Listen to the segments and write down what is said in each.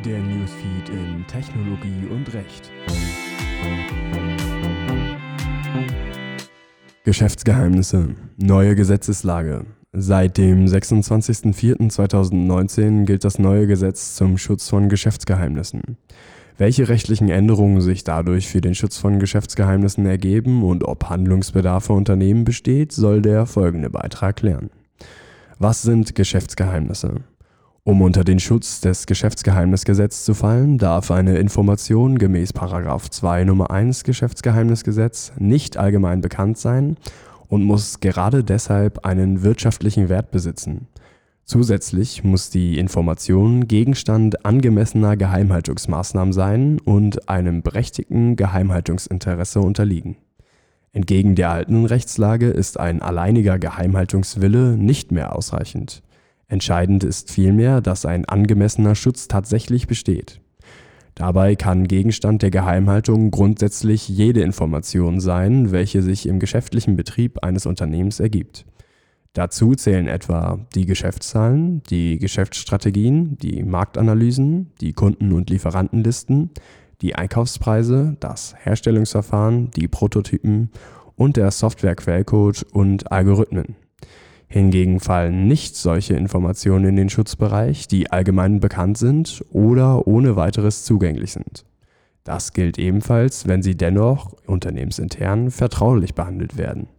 Der Newsfeed in Technologie und Recht. Geschäftsgeheimnisse. Neue Gesetzeslage. Seit dem 26.04.2019 gilt das neue Gesetz zum Schutz von Geschäftsgeheimnissen. Welche rechtlichen Änderungen sich dadurch für den Schutz von Geschäftsgeheimnissen ergeben und ob Handlungsbedarf für Unternehmen besteht, soll der folgende Beitrag klären. Was sind Geschäftsgeheimnisse? Um unter den Schutz des Geschäftsgeheimnisgesetzes zu fallen, darf eine Information gemäß § 2 Nr. 1 Geschäftsgeheimnisgesetz nicht allgemein bekannt sein und muss gerade deshalb einen wirtschaftlichen Wert besitzen. Zusätzlich muss die Information Gegenstand angemessener Geheimhaltungsmaßnahmen sein und einem berechtigten Geheimhaltungsinteresse unterliegen. Entgegen der alten Rechtslage ist ein alleiniger Geheimhaltungswille nicht mehr ausreichend. Entscheidend ist vielmehr, dass ein angemessener Schutz tatsächlich besteht. Dabei kann Gegenstand der Geheimhaltung grundsätzlich jede Information sein, welche sich im geschäftlichen Betrieb eines Unternehmens ergibt. Dazu zählen etwa die Geschäftszahlen, die Geschäftsstrategien, die Marktanalysen, die Kunden- und Lieferantenlisten, die Einkaufspreise, das Herstellungsverfahren, die Prototypen und der Software-Quellcode und Algorithmen. Hingegen fallen nicht solche Informationen in den Schutzbereich, die allgemein bekannt sind oder ohne weiteres zugänglich sind. Das gilt ebenfalls, wenn sie dennoch unternehmensintern vertraulich behandelt werden.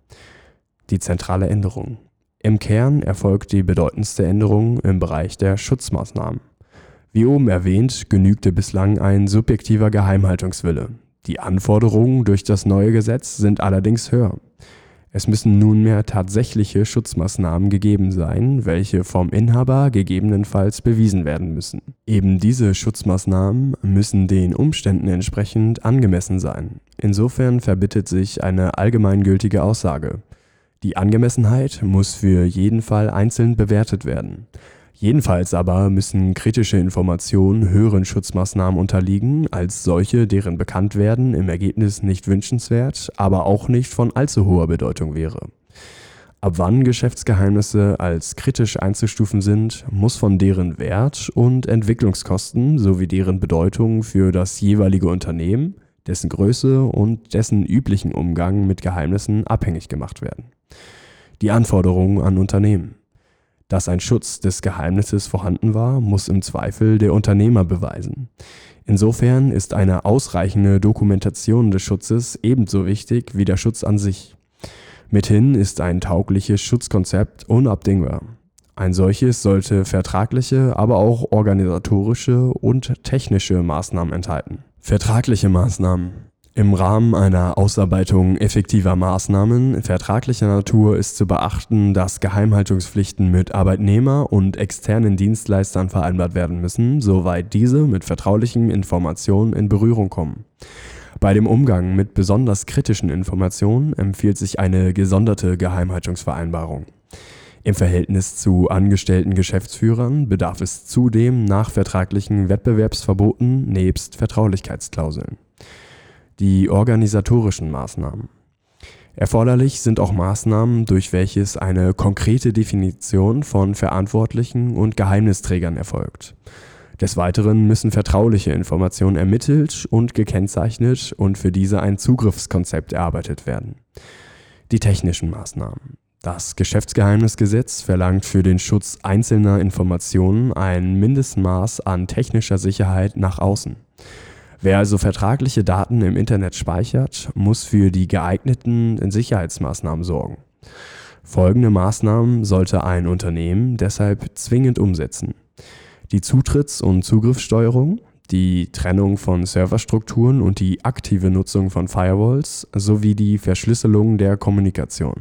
Die zentrale Änderung. Im Kern erfolgt die bedeutendste Änderung im Bereich der Schutzmaßnahmen. Wie oben erwähnt, genügte bislang ein subjektiver Geheimhaltungswille. Die Anforderungen durch das neue Gesetz sind allerdings höher. Es müssen nunmehr tatsächliche Schutzmaßnahmen gegeben sein, welche vom Inhaber gegebenenfalls bewiesen werden müssen. Eben diese Schutzmaßnahmen müssen den Umständen entsprechend angemessen sein. Insofern verbittet sich eine allgemeingültige Aussage. Die Angemessenheit muss für jeden Fall einzeln bewertet werden. Jedenfalls aber müssen kritische Informationen höheren Schutzmaßnahmen unterliegen als solche, deren Bekanntwerden im Ergebnis nicht wünschenswert, aber auch nicht von allzu hoher Bedeutung wäre. Ab wann Geschäftsgeheimnisse als kritisch einzustufen sind, muss von deren Wert und Entwicklungskosten sowie deren Bedeutung für das jeweilige Unternehmen, dessen Größe und dessen üblichen Umgang mit Geheimnissen abhängig gemacht werden. Die Anforderungen an Unternehmen. Dass ein Schutz des Geheimnisses vorhanden war, muss im Zweifel der Unternehmer beweisen. Insofern ist eine ausreichende Dokumentation des Schutzes ebenso wichtig wie der Schutz an sich. Mithin ist ein taugliches Schutzkonzept unabdingbar. Ein solches sollte vertragliche, aber auch organisatorische und technische Maßnahmen enthalten. Vertragliche Maßnahmen. Im Rahmen einer Ausarbeitung effektiver Maßnahmen vertraglicher Natur ist zu beachten, dass Geheimhaltungspflichten mit Arbeitnehmer und externen Dienstleistern vereinbart werden müssen, soweit diese mit vertraulichen Informationen in Berührung kommen. Bei dem Umgang mit besonders kritischen Informationen empfiehlt sich eine gesonderte Geheimhaltungsvereinbarung. Im Verhältnis zu angestellten Geschäftsführern bedarf es zudem nachvertraglichen Wettbewerbsverboten nebst Vertraulichkeitsklauseln. Die organisatorischen Maßnahmen. Erforderlich sind auch Maßnahmen, durch welches eine konkrete Definition von Verantwortlichen und Geheimnisträgern erfolgt. Des Weiteren müssen vertrauliche Informationen ermittelt und gekennzeichnet und für diese ein Zugriffskonzept erarbeitet werden. Die technischen Maßnahmen. Das Geschäftsgeheimnisgesetz verlangt für den Schutz einzelner Informationen ein Mindestmaß an technischer Sicherheit nach außen. Wer also vertragliche Daten im Internet speichert, muss für die geeigneten Sicherheitsmaßnahmen sorgen. Folgende Maßnahmen sollte ein Unternehmen deshalb zwingend umsetzen: die Zutritts- und Zugriffssteuerung, die Trennung von Serverstrukturen und die aktive Nutzung von Firewalls sowie die Verschlüsselung der Kommunikation.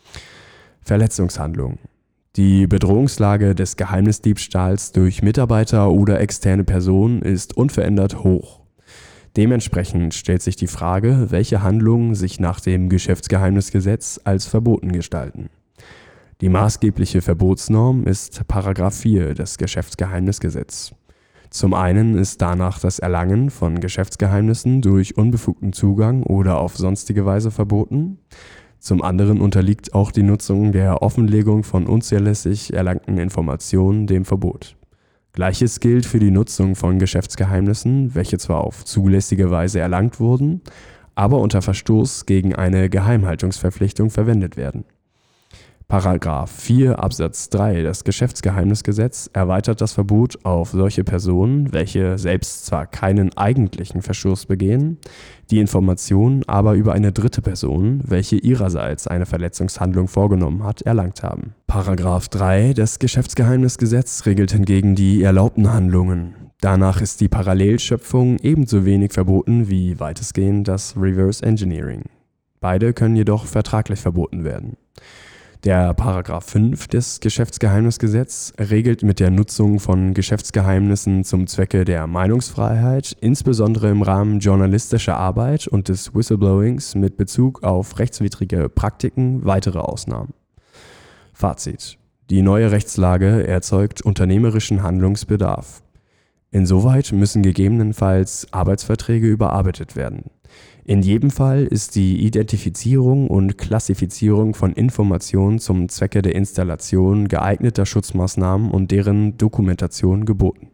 Verletzungshandlungen. Die Bedrohungslage des Geheimnisdiebstahls durch Mitarbeiter oder externe Personen ist unverändert hoch. Dementsprechend stellt sich die Frage, welche Handlungen sich nach dem Geschäftsgeheimnisgesetz als verboten gestalten. Die maßgebliche Verbotsnorm ist § 4 des Geschäftsgeheimnisgesetzes. Zum einen ist danach das Erlangen von Geschäftsgeheimnissen durch unbefugten Zugang oder auf sonstige Weise verboten. Zum anderen unterliegt auch die Nutzung der Offenlegung von unzulässig erlangten Informationen dem Verbot. Gleiches gilt für die Nutzung von Geschäftsgeheimnissen, welche zwar auf zulässige Weise erlangt wurden, aber unter Verstoß gegen eine Geheimhaltungsverpflichtung verwendet werden. Paragraph 4 Absatz 3 des Geschäftsgeheimnisgesetz erweitert das Verbot auf solche Personen, welche selbst zwar keinen eigentlichen Verstoß begehen, die Informationen aber über eine dritte Person, welche ihrerseits eine Verletzungshandlung vorgenommen hat, erlangt haben. Paragraph 3 des Geschäftsgeheimnisgesetz regelt hingegen die erlaubten Handlungen. Danach ist die Parallelschöpfung ebenso wenig verboten wie weitestgehend das Reverse Engineering. Beide können jedoch vertraglich verboten werden. Der Paragraph 5 des Geschäftsgeheimnisgesetz regelt mit der Nutzung von Geschäftsgeheimnissen zum Zwecke der Meinungsfreiheit, insbesondere im Rahmen journalistischer Arbeit und des Whistleblowings mit Bezug auf rechtswidrige Praktiken, weitere Ausnahmen. Fazit: Die neue Rechtslage erzeugt unternehmerischen Handlungsbedarf. Insoweit müssen gegebenenfalls Arbeitsverträge überarbeitet werden. In jedem Fall ist die Identifizierung und Klassifizierung von Informationen zum Zwecke der Installation geeigneter Schutzmaßnahmen und deren Dokumentation geboten.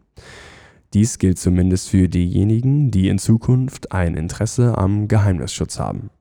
Dies gilt zumindest für diejenigen, die in Zukunft ein Interesse am Geheimnisschutz haben.